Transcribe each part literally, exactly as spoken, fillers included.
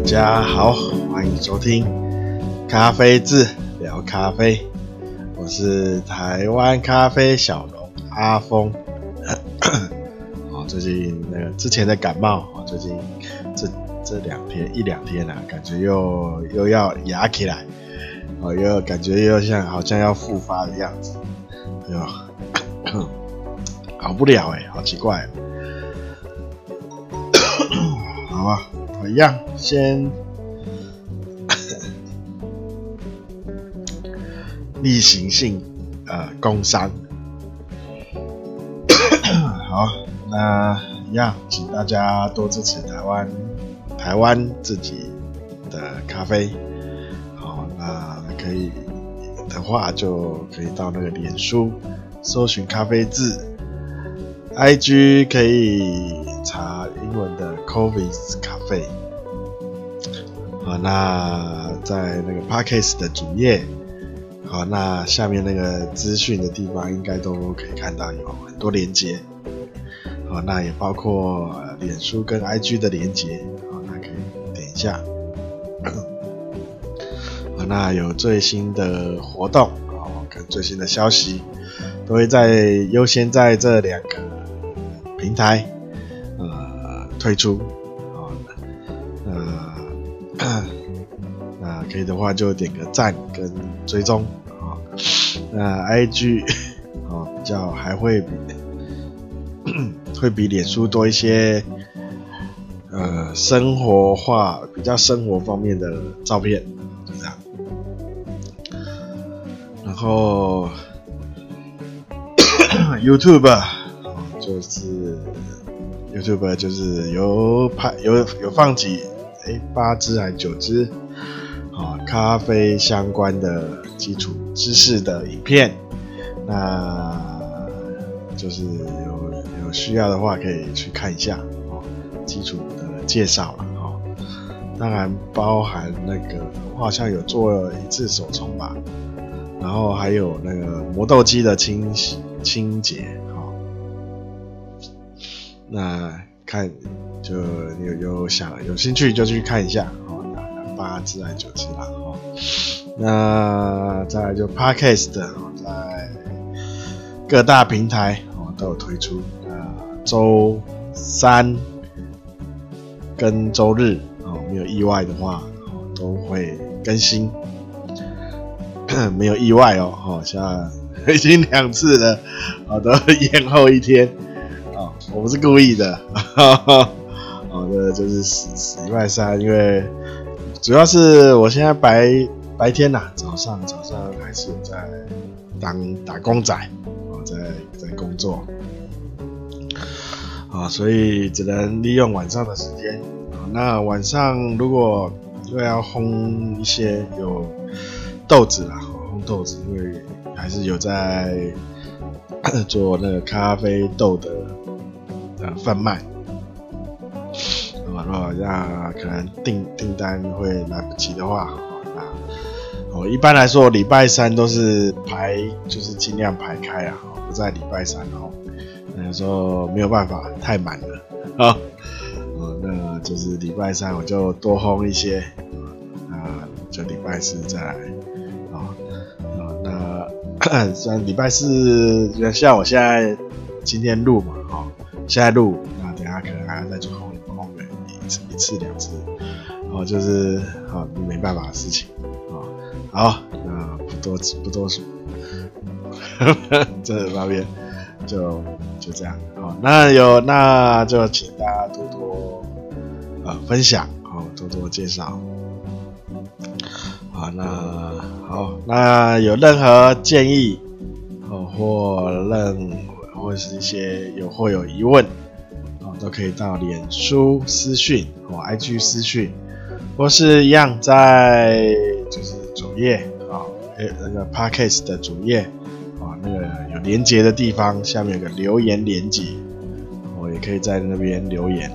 家好，欢迎收听咖啡志聊咖啡，我是台湾咖啡小农阿峰。最近那个之前的感冒，最近这这两天一两天啊，感觉又又要压起来，哦，又感觉又像好像要复发的样子，哎呦，好不了哎、欸，好奇怪、哦。好啊，我一样先例行性呃工商，好。那一样，请大家多支持台湾台湾自己的咖啡。好，那可以的话，就可以到那个脸书搜寻咖啡字 ，I G 可以查英文的 Coffee's Cafe。好，那在那个 Podcast 的主页，好，那下面那个资讯的地方应该都可以看到有很多连结。好，那也包括脸书跟 I G 的连结，好，那可以点一下。好，那有最新的活动，好，跟最新的消息，都会在优先在这两个平台呃推出。好，那那可以的话就点个赞跟追踪。好，那 I G 好比较还会比。会比脸书多一些，呃，生活化比较生活方面的照片，就这样。然后 YouTube 就是 YouTube 就是有拍有有放几哎八支还九支啊咖啡相关的基础知识的影片，那就是有。有需要的话可以去看一下哦，基础的介绍了哦。当然包含那个我好像有做一次手冲吧，然后还有那个磨豆机的清洗清洁哦。那看就有有想有兴趣就去看一下哦，那八支还九支啦哦。那再来就 Podcast 哦，在各大平台哦都有推出。周三跟周日哦，没有意外的话哦，都会更新。没有意外哦，哦，现在已经两次了，哦，都延后一天哦，我不是故意的，哦，这就是礼拜三，因为主要是我现在白白天呐、啊，早上早上还是有在当打工仔，哦，在在工作。啊，所以只能利用晚上的时间。那晚上如果又要烘一些有豆子啦，烘豆子，因为还是有在做那个咖啡豆的呃贩卖。啊，如果那可能订订单会来不及的话，那哦一般来说礼拜三都是排，就是尽量排开啊，不在礼拜三哦。有时候没有办法，太满了啊、哦，那就是礼拜三我就多烘一些，啊，就礼拜四再来啊、哦，那虽然礼拜四像我现在今天录嘛，哦，现在录，那等一下可能还要再去烘烘个一次一次两次，哦，就是啊、哦、没办法的事情啊、哦，好，那不多不多说，这方面。就就这样，好，那有那就请大家多多呃分享，好，多多介绍，好，那好，那有任何建议，哦，或任或是一些有或有疑问，哦，都可以到脸书私讯或 I G 私讯，或是一样在就是主页啊，那个 Podcast 的主页。那个有连结的地方，下面有个留言连结，我也可以在那边留言。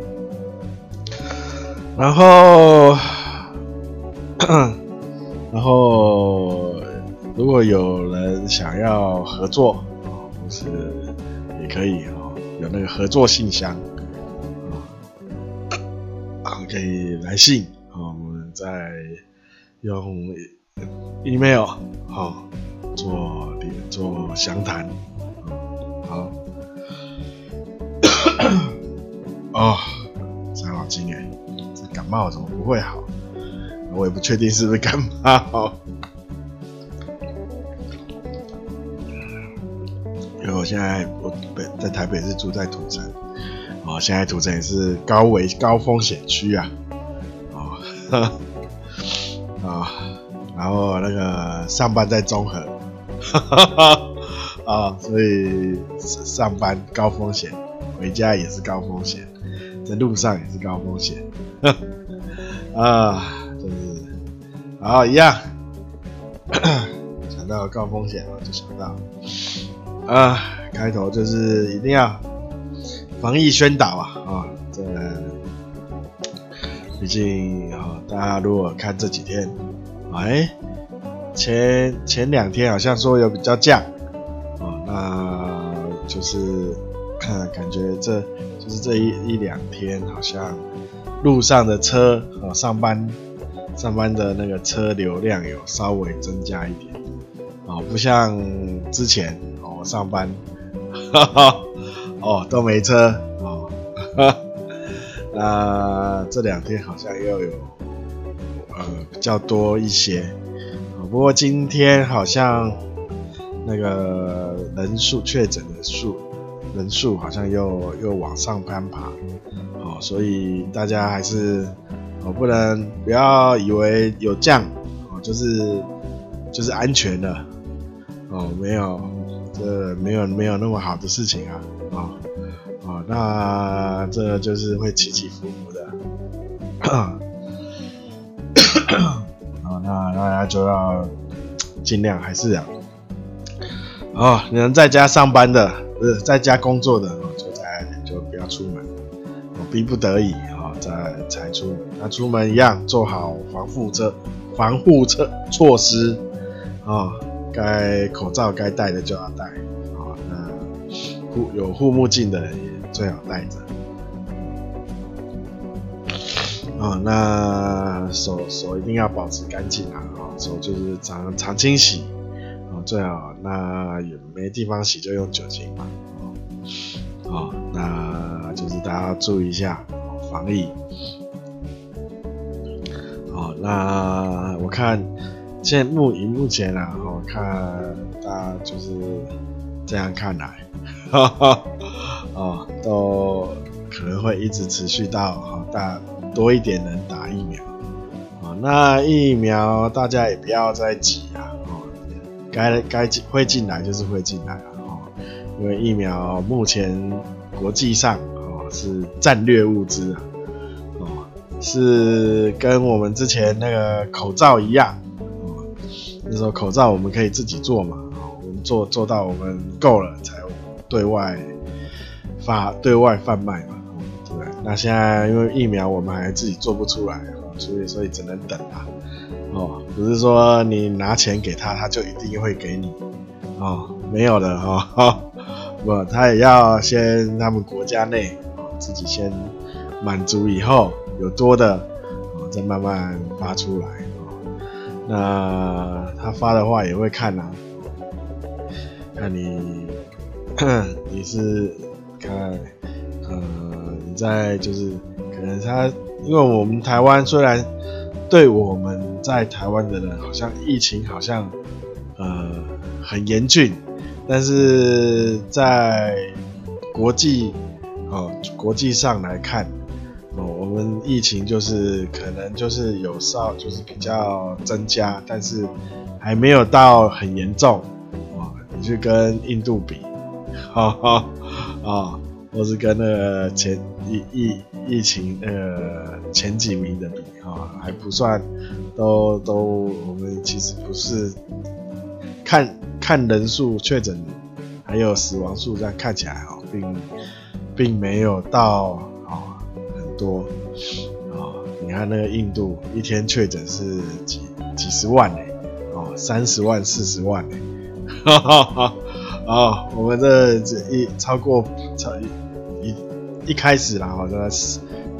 然后，然后如果有人想要合作，或是也可以哦，有那个合作信箱，啊，可以来信再用 email 好、哦、做做详谈。好，哦，伤脑筋哎，这感冒怎么不会好？我也不确定是不是感冒，因为我现在我在台北是住在土城，哦，现在土城也是高危高风险区啊，哦，啊、哦，然后那个上班在中和，啊、哦，所以上班高风险，回家也是高风险，在路上也是高风险，啊。就是好一样，想到高风险我就想到啊，开头就是一定要防疫宣导啊啊，这毕竟啊，大家如果看这几天，哎，前前两天好像说有比较降啊，那就是看感觉这就是这一一两天好像路上的车啊，上班。上班的那个车流量有稍微增加一点，哦，不像之前哦，我上班，哈哈，哦都没车哦，哈哈，那这两天好像又有呃比较多一些，哦，不过今天好像那个人数确诊的数人数好像又又往上攀爬，哦，所以大家还是。哦，不能不要以为有降哦，就是就是安全的哦，没有，这没有没有那么好的事情啊，哦哦，那这就是会起起伏伏的，哦，那大家就要尽量还是啊，哦，你能在家上班的，不是在家工作的，就在就不要出门，哦，逼不得已。再才出门，那出门一样做好防护措防护措措施啊，该口罩该戴的就要戴啊，那护有护目镜的也最好戴着啊，那手手一定要保持干净啊，手就是常常清洗啊，最好那也没地方洗就用酒精嘛，啊，那就是大家要注意一下。防疫，好，那我看现在目以目前啊，我看大家就是这样看来，哈哈，哦，都可能会一直持续到好大多一点人打疫苗，啊，那疫苗大家也不要再急啊，哦，该该会进来就是会进来了，哦，因为疫苗目前国际上。是战略物资啊，哦，是跟我们之前那个口罩一样，哦，那时候口罩我们可以自己做嘛，哦，我们做做到我们够了才对外发对外贩卖嘛，哦，对不对？那现在因为疫苗我们还自己做不出来，哦，所以所以只能等啊，哦，不是说你拿钱给他，他就一定会给你，哦，没有的哦，哦不，他也要先他们国家内。自己先满足以后有多的，哦，再慢慢发出来，哦，那他发的话也会看啊，看你你是看呃你在就是可能他因为我们台湾虽然对我们在台湾的人好像疫情好像呃很严峻，但是在国际。哦，国际上来看，哦，我们疫情就是可能就是有稍就是比较增加，但是还没有到很严重，哦，你去跟印度比，哈哈，啊，或是跟那个前疫疫疫情那个前几名的比，哈，哦，还不算，都都我们其实不是看看人数确诊还有死亡数这样看起来哈，哦，并。并没有到，哦，很多，哦，你看那个印度一天确诊是几几十万嘞，哦，三十万四十万嘞，哈哈哈，哦，我们这这一超过超一一一开始啦，好像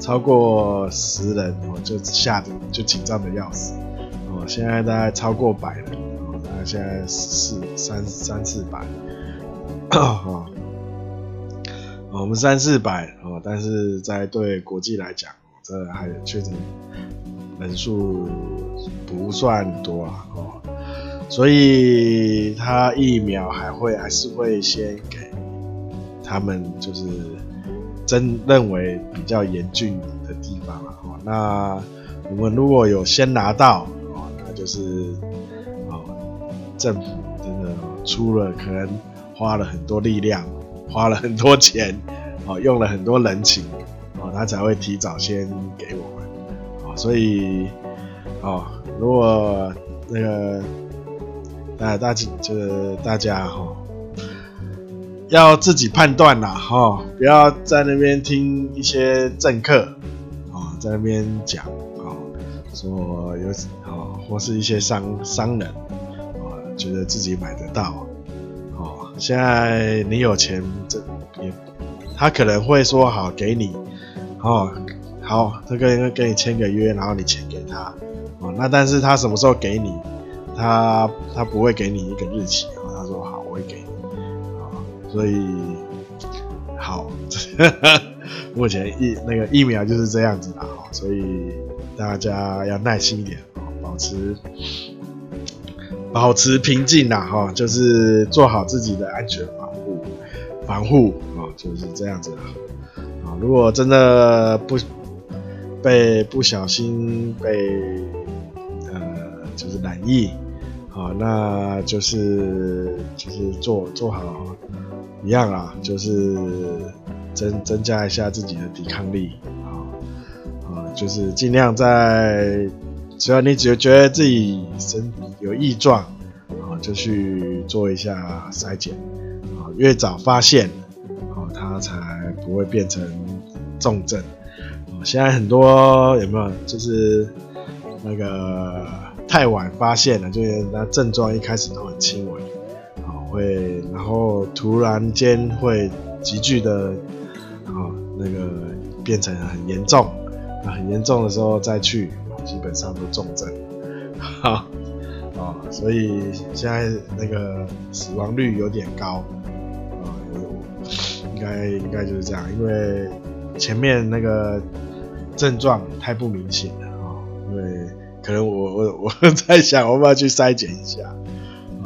超过十人哦，就吓得就紧张的要死哦。现在大概超过百人哦，大概现在四三三四百哦，我们三四百哦，但是在对国际来讲，这还确诊人数不算多啊哦，所以他疫苗还会还是会先给他们就是真认为比较严峻的地方啊哦，那我们如果有先拿到哦，那就是哦政府真的出了可能花了很多力量，花了很多钱哦，用了很多人情哦，他才会提早先给我们哦，所以哦，如果那个大大就是大家哈、哦，要自己判断啦哈、哦，不要在那边听一些政客哦在那边讲哦，说有哦或是一些商商人哦觉得自己买得到哦，现在你有钱这也他可能会说好给你哦，好，他跟跟你签个约，然后你钱给他哦，那但是他什么时候给你？他他不会给你一个日期哦，他说好，我会给你哦，所以好，目前疫那个疫苗就是这样子啦哦，所以大家要耐心一点哦，保持保持平静啦哈、哦，就是做好自己的安全防护防护哦，就是这样子啦啊、哦，如果真的不被不小心被呃就是染疫，好，那就是就是做做好一样啦，就是增增加一下自己的抵抗力啊啊，就是尽量在只要你只觉得自己身有异状啊，就去做一下筛检啊，越早发现啊，它才不会变成重症。现在很多有没有就是那个太晚发现了，就是那症状一开始都很轻微，好会，然后突然间会急剧的，好那个变成很严重，那很严重的时候再去，基本上都重症，好，哦，所以现在那个死亡率有点高，啊、呃，应该应该就是这样，因为前面那个症状太不明显了啊、哦，因为可能我我我在想，我们要去筛检一下啊。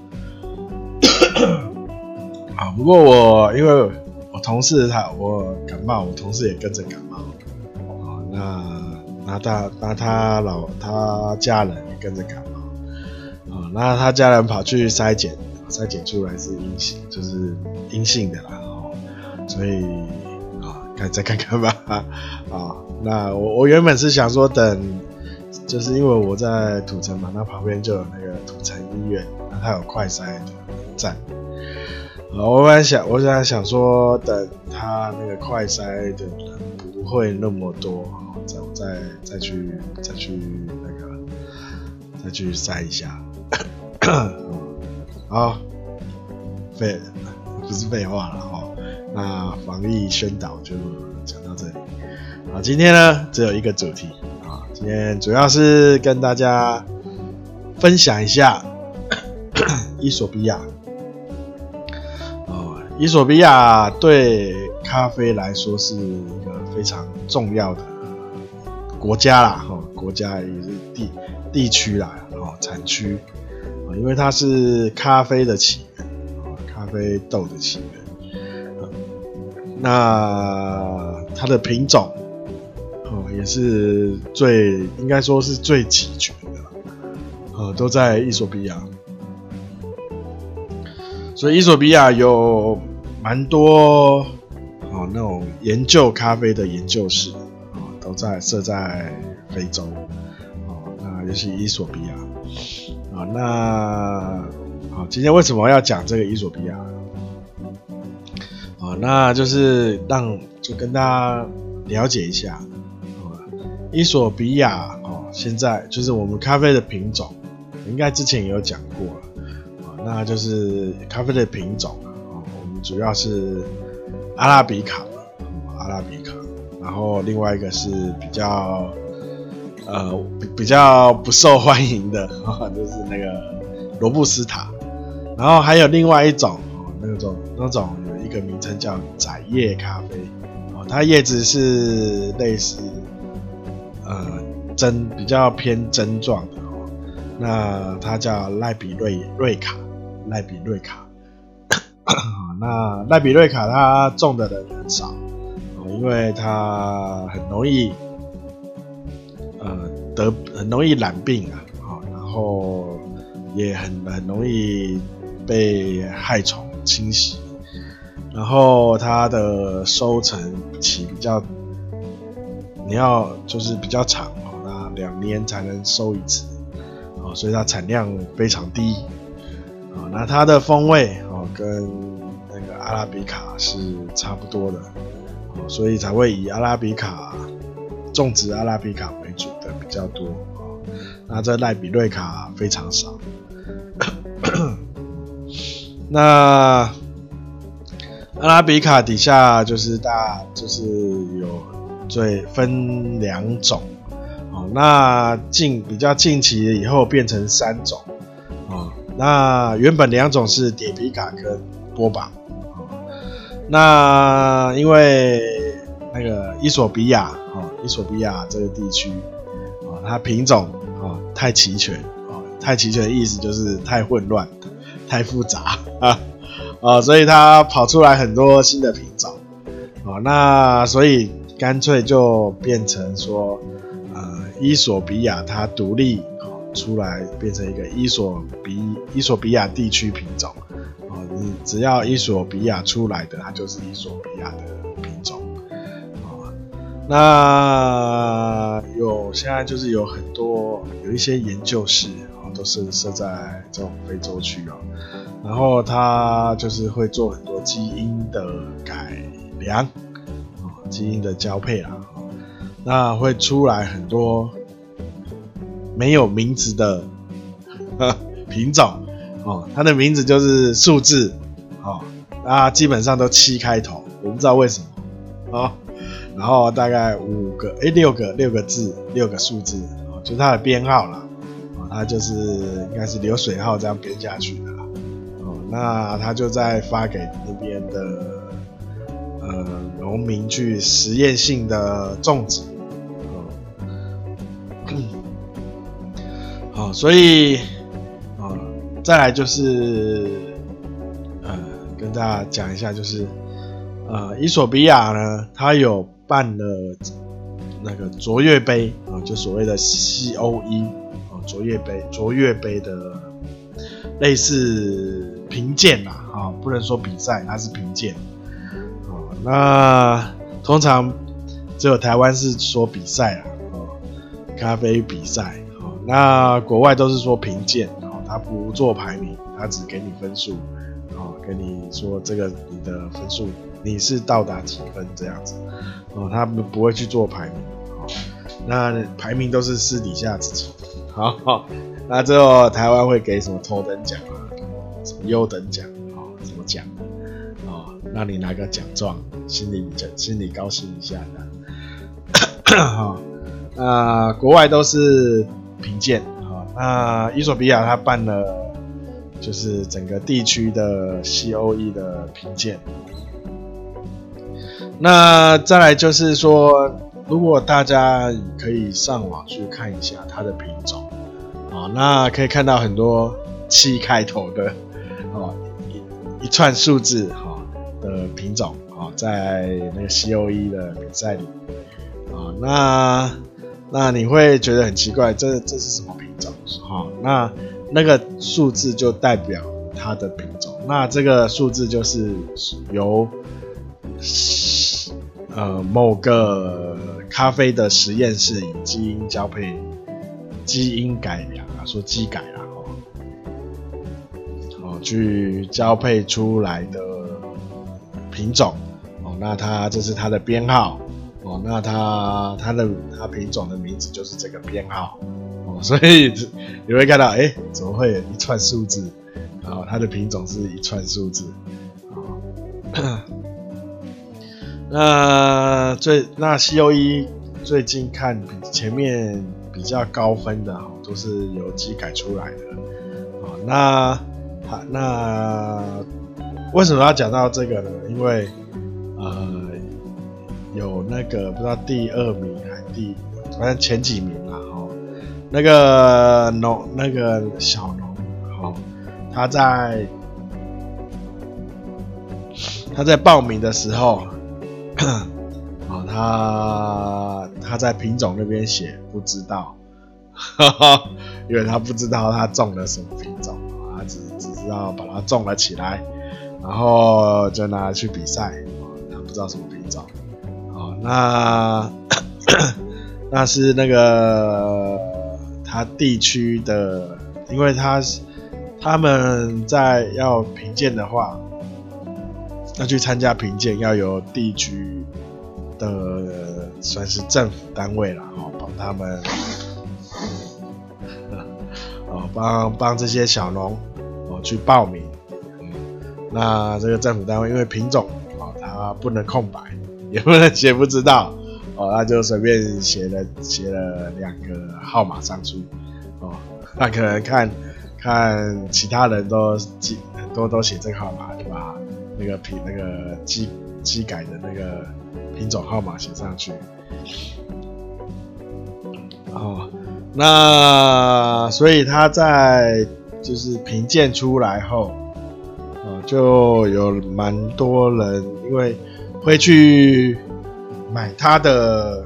啊，不过我因为我同事他我感冒，我同事也跟着感冒啊，那那他那他老他家人也跟着感冒啊，那他家人跑去筛检，筛检出来是阴性，就是阴性的啦哦，所以啊，看再看看吧啊。那我我原本是想说等，就是因为我在土城嘛，那旁边就有那个土城医院，那它有快筛的站。啊，我本来想，我本来想说等它那个快筛的人不会那么多，再我再再去再去那个再去筛一下。好，废不是废话了哈。那防疫宣导就讲到这里。好，今天呢只有一个主题啊，今天主要是跟大家分享一下伊索比亚。哦，伊索比亚对咖啡来说是一个非常重要的国家啦，哦，国家也是地地区啦，哦，产区，哦，因为它是咖啡的起源，哦，咖啡豆的起源，哦，那它的品种。哦，也是最应该说是最齐全的啦，呃，都在伊索比亚，所以伊索比亚有蛮多哦那种研究咖啡的研究室，哦，都在设在非洲，哦，那尤其伊索比亚，啊，那好，今天为什么要讲这个伊索比亚？啊，那就是让就跟大家了解一下。伊索比亚哦，现在就是我们咖啡的品种，应该之前也有讲过了啊，那就是咖啡的品种啊，我们主要是阿拉比卡嘛，阿拉比卡然后另外一个是比较呃比比较不受欢迎的，就是那个罗布斯塔，然后还有另外一种那种那种有一个名称叫窄叶咖啡，它叶子是类似呃针比较偏针状的，那它叫赖比瑞瑞卡，赖比瑞卡。那赖比瑞卡它种的人很少，因为它很容易呃得很容易染病啊，然后也很很容易被害虫侵袭，然后它的收成期比较，你要就是比较长，那两年才能收一次，所以它产量非常低。那它的风味跟那个阿拉比卡是差不多的，所以才会以阿拉比卡种植阿拉比卡为主的比较多。那这赖比瑞卡非常少。那阿拉比卡底下就是大就是有最分两种，那近比较近期以后变成三种。那原本两种是铁皮卡跟波榜，那因为那个伊索比亚，伊索比亚这个地区，它品种太齐全，太齐全的意思就是太混乱、太复杂啊，所以它跑出来很多新的品种，那所以干脆就变成说，呃，伊索比亚它独立出来变成一个伊索比伊索比亚地区品种，哦，你只要伊索比亚出来的，它就是伊索比亚的品种，哦，那有现在就是有很多有一些研究室，哦，都是设在这种非洲区哦，然后它就是会做很多基因的改良，哦，基因的交配啦，哦，那会出来很多没有名字的品种，哦，它的名字就是数字，哦，那基本上都七开头，我不知道为什么，哦，然后大概五个，诶，六个六个字，六个数字，哦，就是它的编号啦，哦，它就是应该是流水号这样编下去的啦，哦，那它就在发给那边的呃农民去实验性的种植。哦，所以，呃，再来就是，呃，跟大家讲一下，就是，呃，伊索比亚呢，它有办了那个卓越杯啊，就所谓的 C O E 啊，卓越杯，卓越杯的类似评鉴啦，啊，不能说比赛，它是评鉴。哦，那通常只有台湾是说比赛啦，哦，咖啡比赛。那国外都是说评鉴，哦，他不做排名，他只给你分数，哦，跟你说这个你的分数你是到达几分这样子，哦，他们不会去做排名，哦，那排名都是私底下自己，好，哦，那最后台湾会给什么头等奖啊，什么优等奖，哦，什么奖，哦，让你拿个奖状，心里心里高兴一下的，好，那国外都是评鉴，哦，那伊索比亚它办了就是整个地区的 C O E 的评鉴。那再来就是说，如果大家可以上网去看一下它的品种，哦，那可以看到很多七开头的，哦，一, 一串数字，哦，的品种，哦，在那个 C O E 的比赛里，哦，那那你会觉得很奇怪，这这是什么品种？哦，那那个数字就代表它的品种，那这个数字就是由呃某个咖啡的实验室以基因交配、基因改良啊，说基改啦，哦，哦去交配出来的品种，哦，那它这是它的编号。哦，那它它的它品种的名字就是这个编号，哦，所以你会看到，哎，怎么会有一串数字？然后它的品种是一串数字，哦， 那最那 C O E 最近看比前面比较高分的都是由机改出来的。那那为什么要讲到这个呢？因为呃有那个不知道第二名还第反正前几名啦齁，那个农那个小农齁，他在他在报名的时候，哦他他在品种那边写不知道，哈哈，因为他不知道他种了什么品种，他只只知道把它种了起来，然后就拿去比赛，他不知道什么品种。哦，那那是那个他地区的，因为他他们在要评鉴的话，要去参加评鉴，要由地区的算是政府单位啦，哦，帮他们。哦，帮帮这些小农哦去报名，嗯，那这个政府单位因为品种哦，它不能空白，也不能写不知道哦，那就随便写了写了两个号码上去哦，那可能看看其他人都记很多都写这个号码，就把那个品那个机机改的那个品种号码写上去，哦。那所以他在就是评鉴出来后，哦，就有蛮多人因为会去买他的，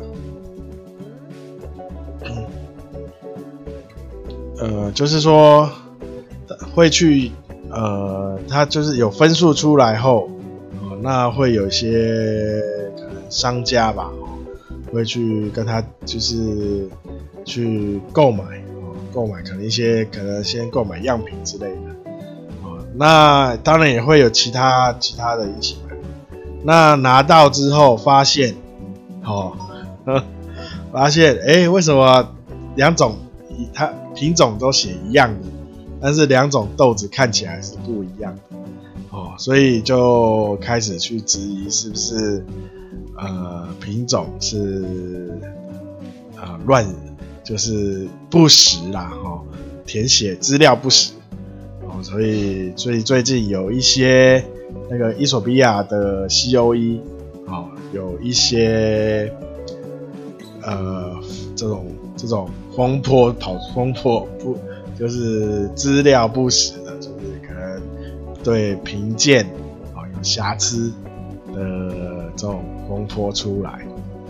呃，就是说会去呃，他就是有分数出来后，哦，那会有一些可能商家吧，哦，会去跟他就是去购买，哦，购买可能一些可能先购买样品之类的，哦，那当然也会有其他其他的一起买。那拿到之后发现，哦，发现哎、欸，为什么两种它品种都写一样的，但是两种豆子看起来是不一样的，哦，所以就开始去质疑是不是呃品种是呃乱。就是不实啦，齁，填写资料不实，哦，所以所以最近有一些那个伊索比亚的 C O E， 哦，有一些呃这种这种风波跑风波不就是资料不实的，就是可能对评鉴哦有瑕疵的这种风波出来。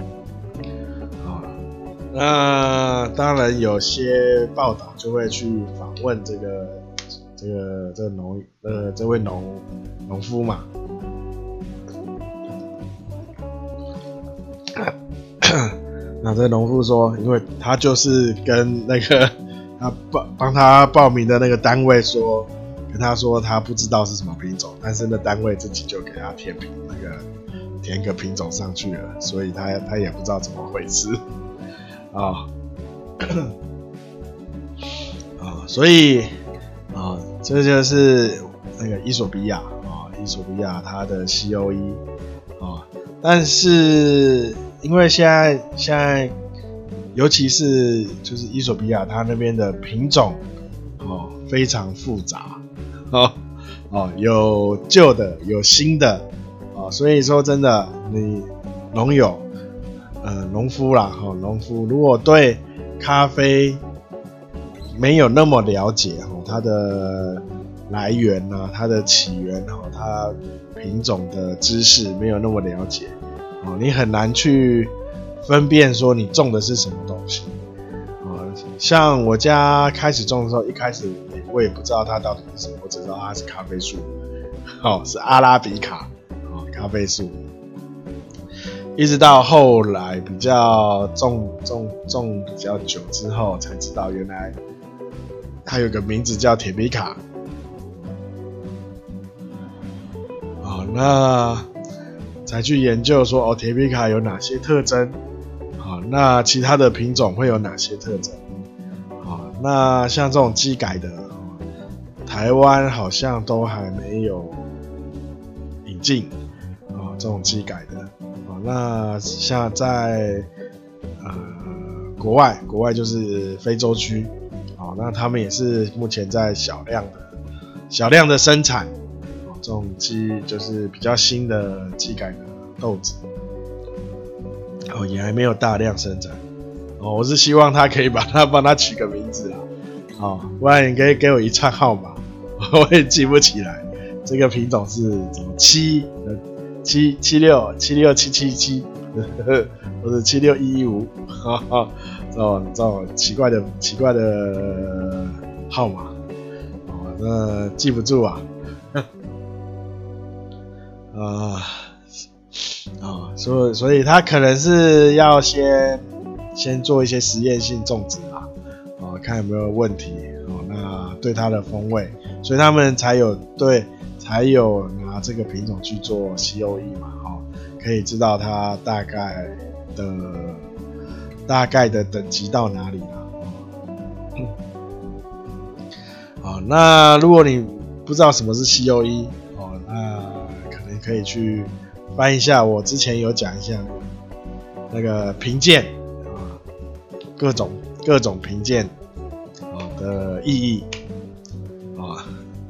那当然，有些报道就会去访问这个这个这个农呃这位农农夫嘛，那这个农夫说，因为他就是跟那个他帮帮他报名的那个单位说，跟他说他不知道是什么品种，但是那单位自己就给他填品那个填个品种上去了，所以他他也不知道怎么回事。啊、哦哦，所以啊、哦，这就是那个伊索比亚啊、哦，伊索比亚它的 C O E 啊、哦，但是因为现在现在，尤其是就是伊索比亚它那边的品种哦非常复杂哦哦，有旧的有新的哦，所以说真的你农友。呃，农夫啦，哈、哦，农夫如果对咖啡没有那么了解，哈、哦，它的来源啊，它的起源，哈、哦，它品种的知识没有那么了解，哦，你很难去分辨说你种的是什么东西，哦，像我家开始种的时候，一开始我也不知道它到底是什么，我只知道它是咖啡树，哦，是阿拉比卡，哦，咖啡树。一直到后来比较种种种比较久之后，才知道原来它有个名字叫铁皮卡。哦，那才去研究说哦，铁皮卡有哪些特征？好，那其他的品种会有哪些特征？好，那像这种基改的，台湾好像都还没有引进哦，这种基改的。 那像在呃国外，国外就是非洲区，哦，那他们也是目前在小量的小量的生产，哦，这种机就是比较新的机改的豆子，哦，也还没有大量生产，哦，我是希望他可以把它帮他取个名字啊，哦，不然你可以给我一串号码，我也记不起来，这个品种是什么七呃七七六七六七七七。或者七六一一五，哈哈，这种这种奇怪的奇怪的号码，哦，那记不住啊，啊，啊，所以所以他可能是要先先做一些实验性种植嘛，哦，看有没有问题，哦，那对它的风味，所以他们才有对才有拿这个品种去做 C O E 嘛，哦，可以知道它大概的大概的等级到哪里啦。好，那如果你不知道什么是 C O E， 哦，那可能可以去翻一下，我之前有讲一下那個评鉴啊，各种各种评鉴啊的意义啊。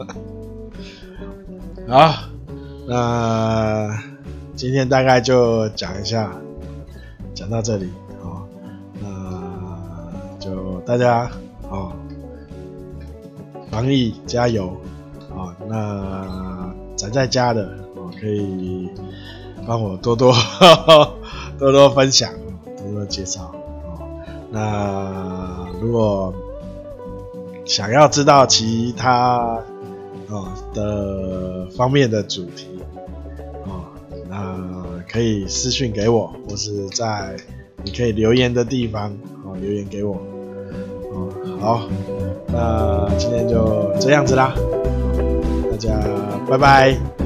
好，那今天大概就讲一下。讲到这里，哦，那就大家哦，防疫加油，哦，那宅在家的哦，可以帮我多多呵呵多多分享，多多介绍哦。那如果想要知道其他哦的方面的主题，哦，那可以私讯给我，或是在你可以留言的地方，哦，留言给我，哦，好，那今天就这样子啦，大家拜拜。